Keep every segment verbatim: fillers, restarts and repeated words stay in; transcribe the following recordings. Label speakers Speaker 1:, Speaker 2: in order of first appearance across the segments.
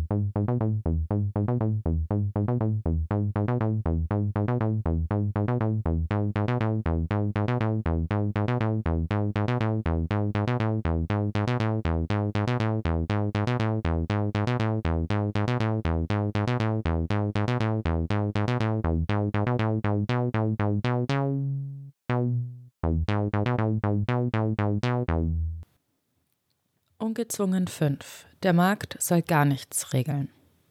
Speaker 1: Ungezwungen fünf. Der Markt soll gar nichts regeln.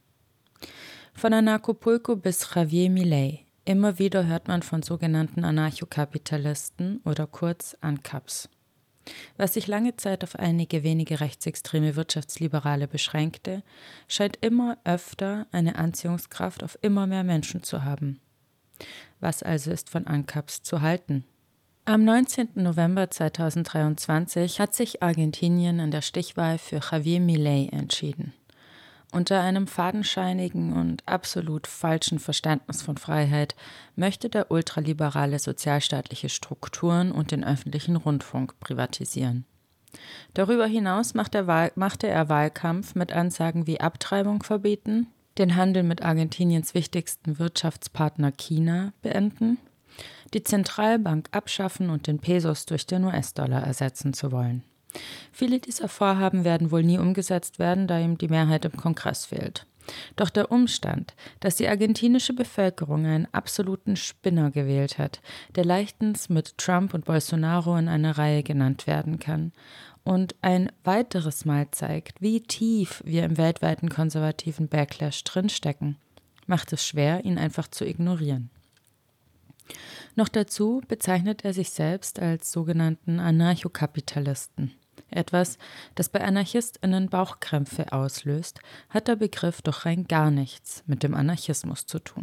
Speaker 1: Von Anarchapulco bis Javier Milei. Immer wieder hört man von sogenannten Anarchokapitalisten oder kurz ANCAPs. Was sich lange Zeit auf einige wenige rechtsextreme Wirtschaftsliberale beschränkte, scheint immer öfter eine Anziehungskraft auf immer mehr Menschen zu haben. Was also ist von ANCAPs zu halten? Am neunzehnten November zweitausenddreiundzwanzig hat sich Argentinien in der Stichwahl für Javier Milei entschieden. Unter einem fadenscheinigen und absolut falschen Verständnis von Freiheit möchte der ultraliberale sozialstaatliche Strukturen und den öffentlichen Rundfunk privatisieren. Darüber hinaus macht er Wahl- machte er Wahlkampf mit Ansagen wie Abtreibung verbieten, den Handel mit Argentiniens wichtigsten Wirtschaftspartner China beenden, die Zentralbank abschaffen und den Pesos durch den U S-Dollar ersetzen zu wollen. Viele dieser Vorhaben werden wohl nie umgesetzt werden, da ihm die Mehrheit im Kongress fehlt. Doch der Umstand, dass die argentinische Bevölkerung einen absoluten Spinner gewählt hat, der leichtens mit Trump und Bolsonaro in einer Reihe genannt werden kann, und ein weiteres Mal zeigt, wie tief wir im weltweiten konservativen Backlash drinstecken, macht es schwer, ihn einfach zu ignorieren. Noch dazu bezeichnet er sich selbst als sogenannten Anarchokapitalisten. Etwas, das bei AnarchistInnen Bauchkrämpfe auslöst, hat der Begriff doch rein gar nichts mit dem Anarchismus zu tun.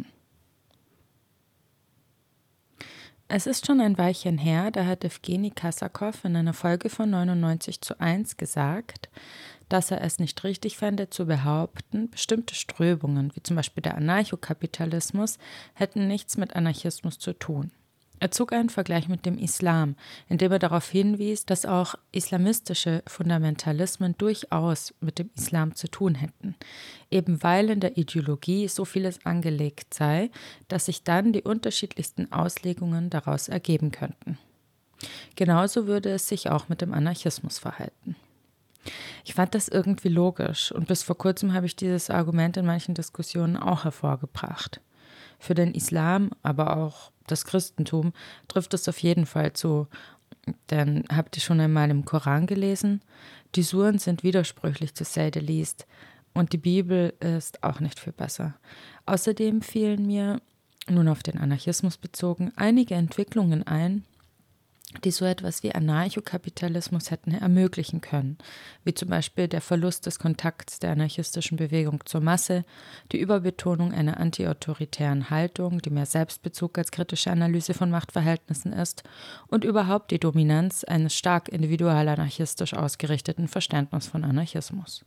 Speaker 1: Es ist schon ein Weilchen her, da hat Evgeny Kassakow in einer Folge von neunundneunzig zu eins gesagt, dass er es nicht richtig fände zu behaupten, bestimmte Strömungen, wie zum Beispiel der Anarchokapitalismus, hätten nichts mit Anarchismus zu tun. Er zog einen Vergleich mit dem Islam, indem er darauf hinwies, dass auch islamistische Fundamentalismen durchaus mit dem Islam zu tun hätten, eben weil in der Ideologie so vieles angelegt sei, dass sich dann die unterschiedlichsten Auslegungen daraus ergeben könnten. Genauso würde es sich auch mit dem Anarchismus verhalten. Ich fand das irgendwie logisch und bis vor kurzem habe ich dieses Argument in manchen Diskussionen auch hervorgebracht. Für den Islam, aber auch das Christentum trifft es auf jeden Fall zu. Denn habt ihr schon einmal im Koran gelesen? Die Suren sind widersprüchlich, zu say the least. Und die Bibel ist auch nicht viel besser. Außerdem fielen mir, nun auf den Anarchismus bezogen, einige Entwicklungen ein, die so etwas wie Anarchokapitalismus hätten ermöglichen können, wie zum Beispiel der Verlust des Kontakts der anarchistischen Bewegung zur Masse, die Überbetonung einer antiautoritären Haltung, die mehr Selbstbezug als kritische Analyse von Machtverhältnissen ist, und überhaupt die Dominanz eines stark individual-anarchistisch ausgerichteten Verständnisses von Anarchismus.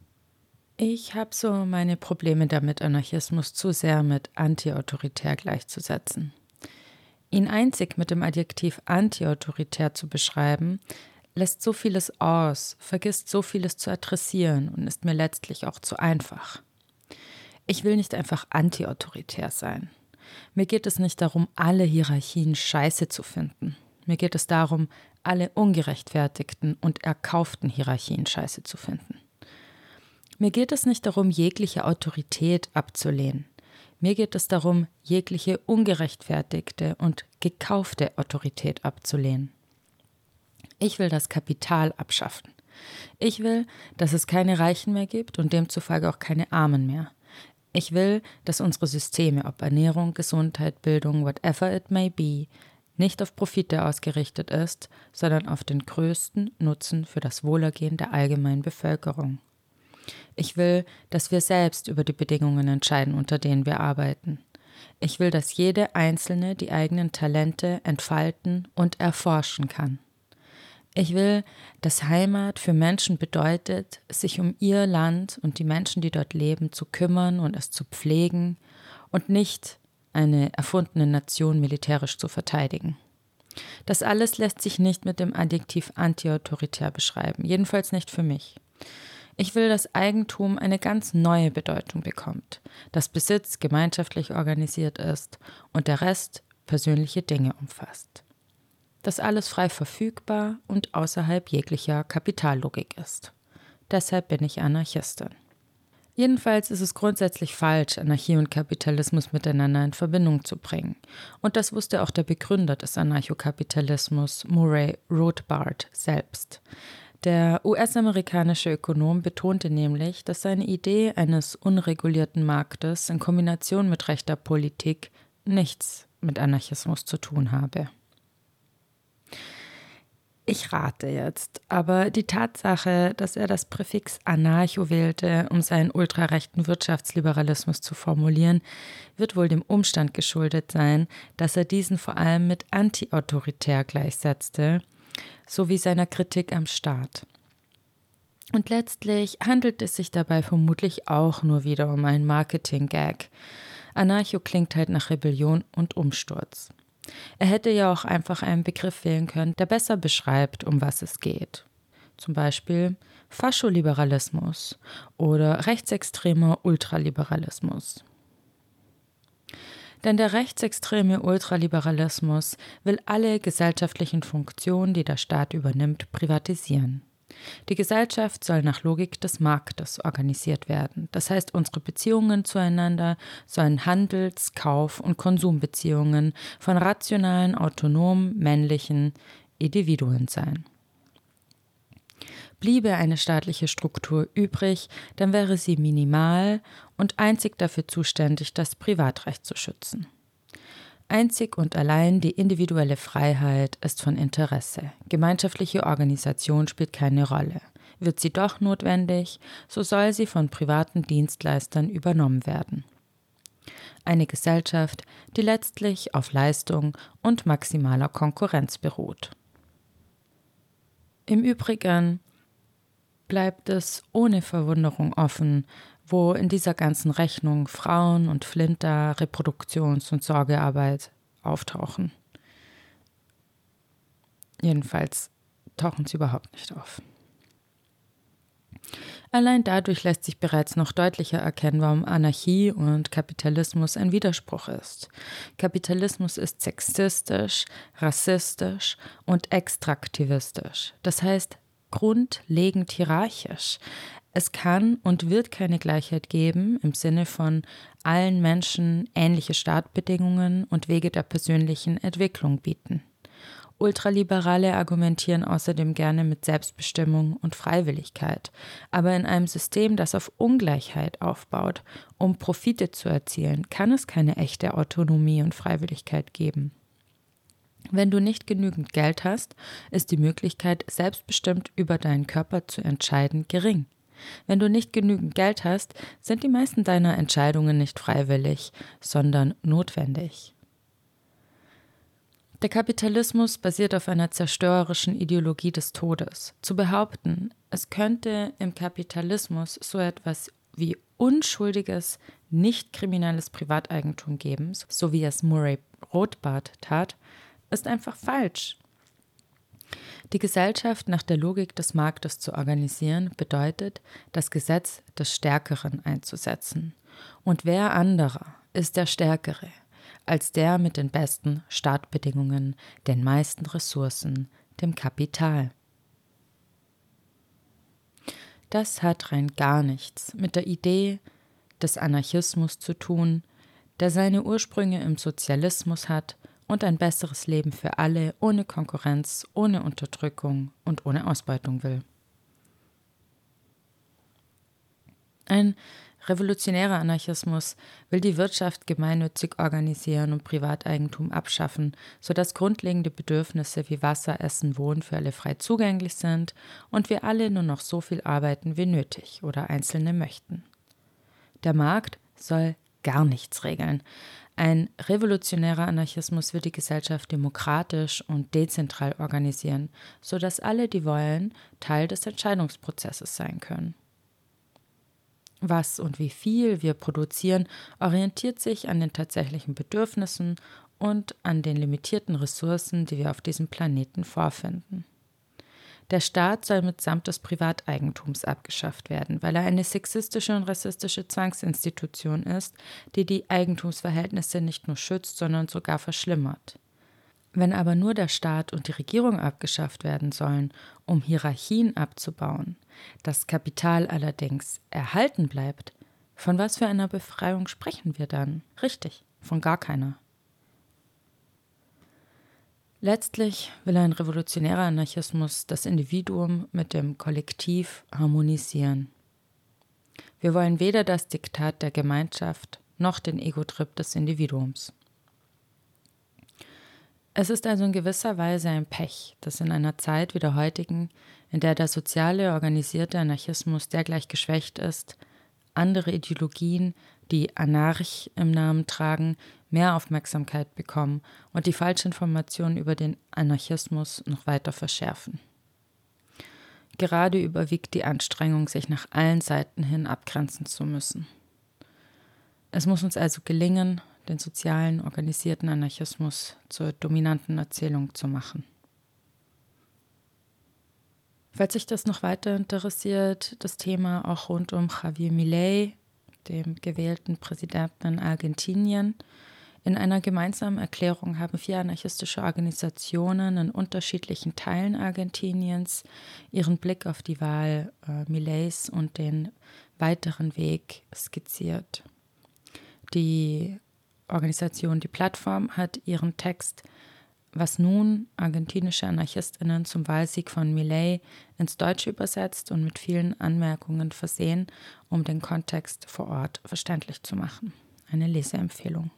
Speaker 1: Ich habe so meine Probleme damit, Anarchismus zu sehr mit antiautoritär gleichzusetzen. Ihn einzig mit dem Adjektiv antiautoritär zu beschreiben, lässt so vieles aus, vergisst so vieles zu adressieren und ist mir letztlich auch zu einfach. Ich will nicht einfach antiautoritär sein. Mir geht es nicht darum, alle Hierarchien scheiße zu finden. Mir geht es darum, alle ungerechtfertigten und erkauften Hierarchien scheiße zu finden. Mir geht es nicht darum, jegliche Autorität abzulehnen. Mir geht es darum, jegliche ungerechtfertigte und gekaufte Autorität abzulehnen. Ich will das Kapital abschaffen. Ich will, dass es keine Reichen mehr gibt und demzufolge auch keine Armen mehr. Ich will, dass unsere Systeme, ob Ernährung, Gesundheit, Bildung, whatever it may be, nicht auf Profite ausgerichtet ist, sondern auf den größten Nutzen für das Wohlergehen der allgemeinen Bevölkerung. Ich will, dass wir selbst über die Bedingungen entscheiden, unter denen wir arbeiten. Ich will, dass jede Einzelne die eigenen Talente entfalten und erforschen kann. Ich will, dass Heimat für Menschen bedeutet, sich um ihr Land und die Menschen, die dort leben, zu kümmern und es zu pflegen und nicht eine erfundene Nation militärisch zu verteidigen. Das alles lässt sich nicht mit dem Adjektiv antiautoritär beschreiben, jedenfalls nicht für mich. Ich will, dass Eigentum eine ganz neue Bedeutung bekommt, dass Besitz gemeinschaftlich organisiert ist und der Rest persönliche Dinge umfasst. Dass alles frei verfügbar und außerhalb jeglicher Kapitallogik ist. Deshalb bin ich Anarchistin. Jedenfalls ist es grundsätzlich falsch, Anarchie und Kapitalismus miteinander in Verbindung zu bringen. Und das wusste auch der Begründer des Anarchokapitalismus, Murray Rothbard, selbst. Der U S-amerikanische Ökonom betonte nämlich, dass seine Idee eines unregulierten Marktes in Kombination mit rechter Politik nichts mit Anarchismus zu tun habe. Ich rate jetzt, aber die Tatsache, dass er das Präfix Anarcho wählte, um seinen ultrarechten Wirtschaftsliberalismus zu formulieren, wird wohl dem Umstand geschuldet sein, dass er diesen vor allem mit antiautoritär gleichsetzte, sowie seiner Kritik am Staat. Und letztlich handelt es sich dabei vermutlich auch nur wieder um einen Marketing-Gag. Anarcho klingt halt nach Rebellion und Umsturz. Er hätte ja auch einfach einen Begriff wählen können, der besser beschreibt, um was es geht. Zum Beispiel Fascholiberalismus oder rechtsextremer Ultraliberalismus. Denn der rechtsextreme Ultraliberalismus will alle gesellschaftlichen Funktionen, die der Staat übernimmt, privatisieren. Die Gesellschaft soll nach Logik des Marktes organisiert werden. Das heißt, unsere Beziehungen zueinander sollen Handels-, Kauf- und Konsumbeziehungen von rationalen, autonomen, männlichen Individuen sein. Bliebe eine staatliche Struktur übrig, dann wäre sie minimal und einzig dafür zuständig, das Privatrecht zu schützen. Einzig und allein die individuelle Freiheit ist von Interesse. Gemeinschaftliche Organisation spielt keine Rolle. Wird sie doch notwendig, so soll sie von privaten Dienstleistern übernommen werden. Eine Gesellschaft, die letztlich auf Leistung und maximaler Konkurrenz beruht. Im Übrigen bleibt es ohne Verwunderung offen, wo in dieser ganzen Rechnung Frauen und Flinter, Reproduktions- und Sorgearbeit auftauchen. Jedenfalls tauchen sie überhaupt nicht auf. Allein dadurch lässt sich bereits noch deutlicher erkennen, warum Anarchie und Kapitalismus ein Widerspruch ist. Kapitalismus ist sexistisch, rassistisch und extraktivistisch. Das heißt, grundlegend hierarchisch. Es kann und wird keine Gleichheit geben im Sinne von allen Menschen ähnliche Startbedingungen und Wege der persönlichen Entwicklung bieten. Ultraliberale argumentieren außerdem gerne mit Selbstbestimmung und Freiwilligkeit, aber in einem System, das auf Ungleichheit aufbaut, um Profite zu erzielen, kann es keine echte Autonomie und Freiwilligkeit geben. Wenn du nicht genügend Geld hast, ist die Möglichkeit, selbstbestimmt über deinen Körper zu entscheiden, gering. Wenn du nicht genügend Geld hast, sind die meisten deiner Entscheidungen nicht freiwillig, sondern notwendig. Der Kapitalismus basiert auf einer zerstörerischen Ideologie des Todes. Zu behaupten, es könnte im Kapitalismus so etwas wie unschuldiges, nicht kriminelles Privateigentum geben, so wie es Murray Rothbard tat, ist einfach falsch. Die Gesellschaft nach der Logik des Marktes zu organisieren, bedeutet, das Gesetz des Stärkeren einzusetzen. Und wer anderer ist der Stärkere als der mit den besten Startbedingungen, den meisten Ressourcen, dem Kapital? Das hat rein gar nichts mit der Idee des Anarchismus zu tun, der seine Ursprünge im Sozialismus hat und ein besseres Leben für alle, ohne Konkurrenz, ohne Unterdrückung und ohne Ausbeutung will. Ein revolutionärer Anarchismus will die Wirtschaft gemeinnützig organisieren und Privateigentum abschaffen, sodass grundlegende Bedürfnisse wie Wasser, Essen, Wohnen für alle frei zugänglich sind und wir alle nur noch so viel arbeiten wie nötig oder Einzelne möchten. Der Markt soll gar nichts regeln. Ein revolutionärer Anarchismus will die Gesellschaft demokratisch und dezentral organisieren, sodass alle, die wollen, Teil des Entscheidungsprozesses sein können. Was und wie viel wir produzieren, orientiert sich an den tatsächlichen Bedürfnissen und an den limitierten Ressourcen, die wir auf diesem Planeten vorfinden. Der Staat soll mitsamt des Privateigentums abgeschafft werden, weil er eine sexistische und rassistische Zwangsinstitution ist, die die Eigentumsverhältnisse nicht nur schützt, sondern sogar verschlimmert. Wenn aber nur der Staat und die Regierung abgeschafft werden sollen, um Hierarchien abzubauen, das Kapital allerdings erhalten bleibt, von was für einer Befreiung sprechen wir dann? Richtig, von gar keiner. Letztlich will ein revolutionärer Anarchismus das Individuum mit dem Kollektiv harmonisieren. Wir wollen weder das Diktat der Gemeinschaft noch den Ego-Trip des Individuums. Es ist also in gewisser Weise ein Pech, dass in einer Zeit wie der heutigen, in der der soziale, organisierte Anarchismus dergleich geschwächt ist, andere Ideologien, die Anarch im Namen tragen, mehr Aufmerksamkeit bekommen und die Falschinformationen über den Anarchismus noch weiter verschärfen. Gerade überwiegt die Anstrengung, sich nach allen Seiten hin abgrenzen zu müssen. Es muss uns also gelingen, den sozialen, organisierten Anarchismus zur dominanten Erzählung zu machen. Falls sich das noch weiter interessiert, das Thema auch rund um Javier Milei, dem gewählten Präsidenten in Argentinien. In einer gemeinsamen Erklärung haben vier anarchistische Organisationen in unterschiedlichen Teilen Argentiniens ihren Blick auf die Wahl äh, Mileis und den weiteren Weg skizziert. Die Organisation Die Plattform hat ihren Text „Was nun?, argentinische AnarchistInnen zum Wahlsieg von Milei“ ins Deutsche übersetzt und mit vielen Anmerkungen versehen, um den Kontext vor Ort verständlich zu machen. Eine Leseempfehlung.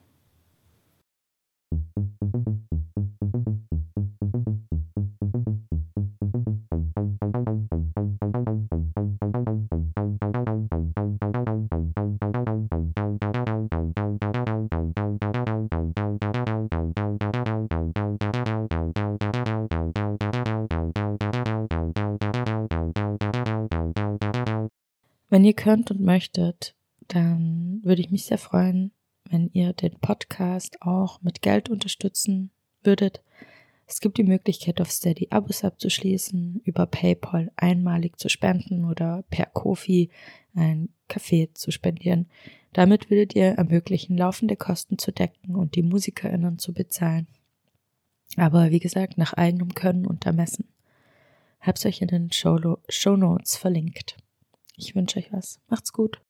Speaker 1: Wenn ihr könnt und möchtet, dann würde ich mich sehr freuen, wenn ihr den Podcast auch mit Geld unterstützen würdet. Es gibt die Möglichkeit, auf Steady Abos abzuschließen, über PayPal einmalig zu spenden oder per Ko-fi ein Kaffee zu spendieren. Damit würdet ihr ermöglichen, laufende Kosten zu decken und die MusikerInnen zu bezahlen. Aber wie gesagt, nach eigenem Können und Ermessen. Hab's euch in den Show- Shownotes verlinkt. Ich wünsche euch was. Macht's gut.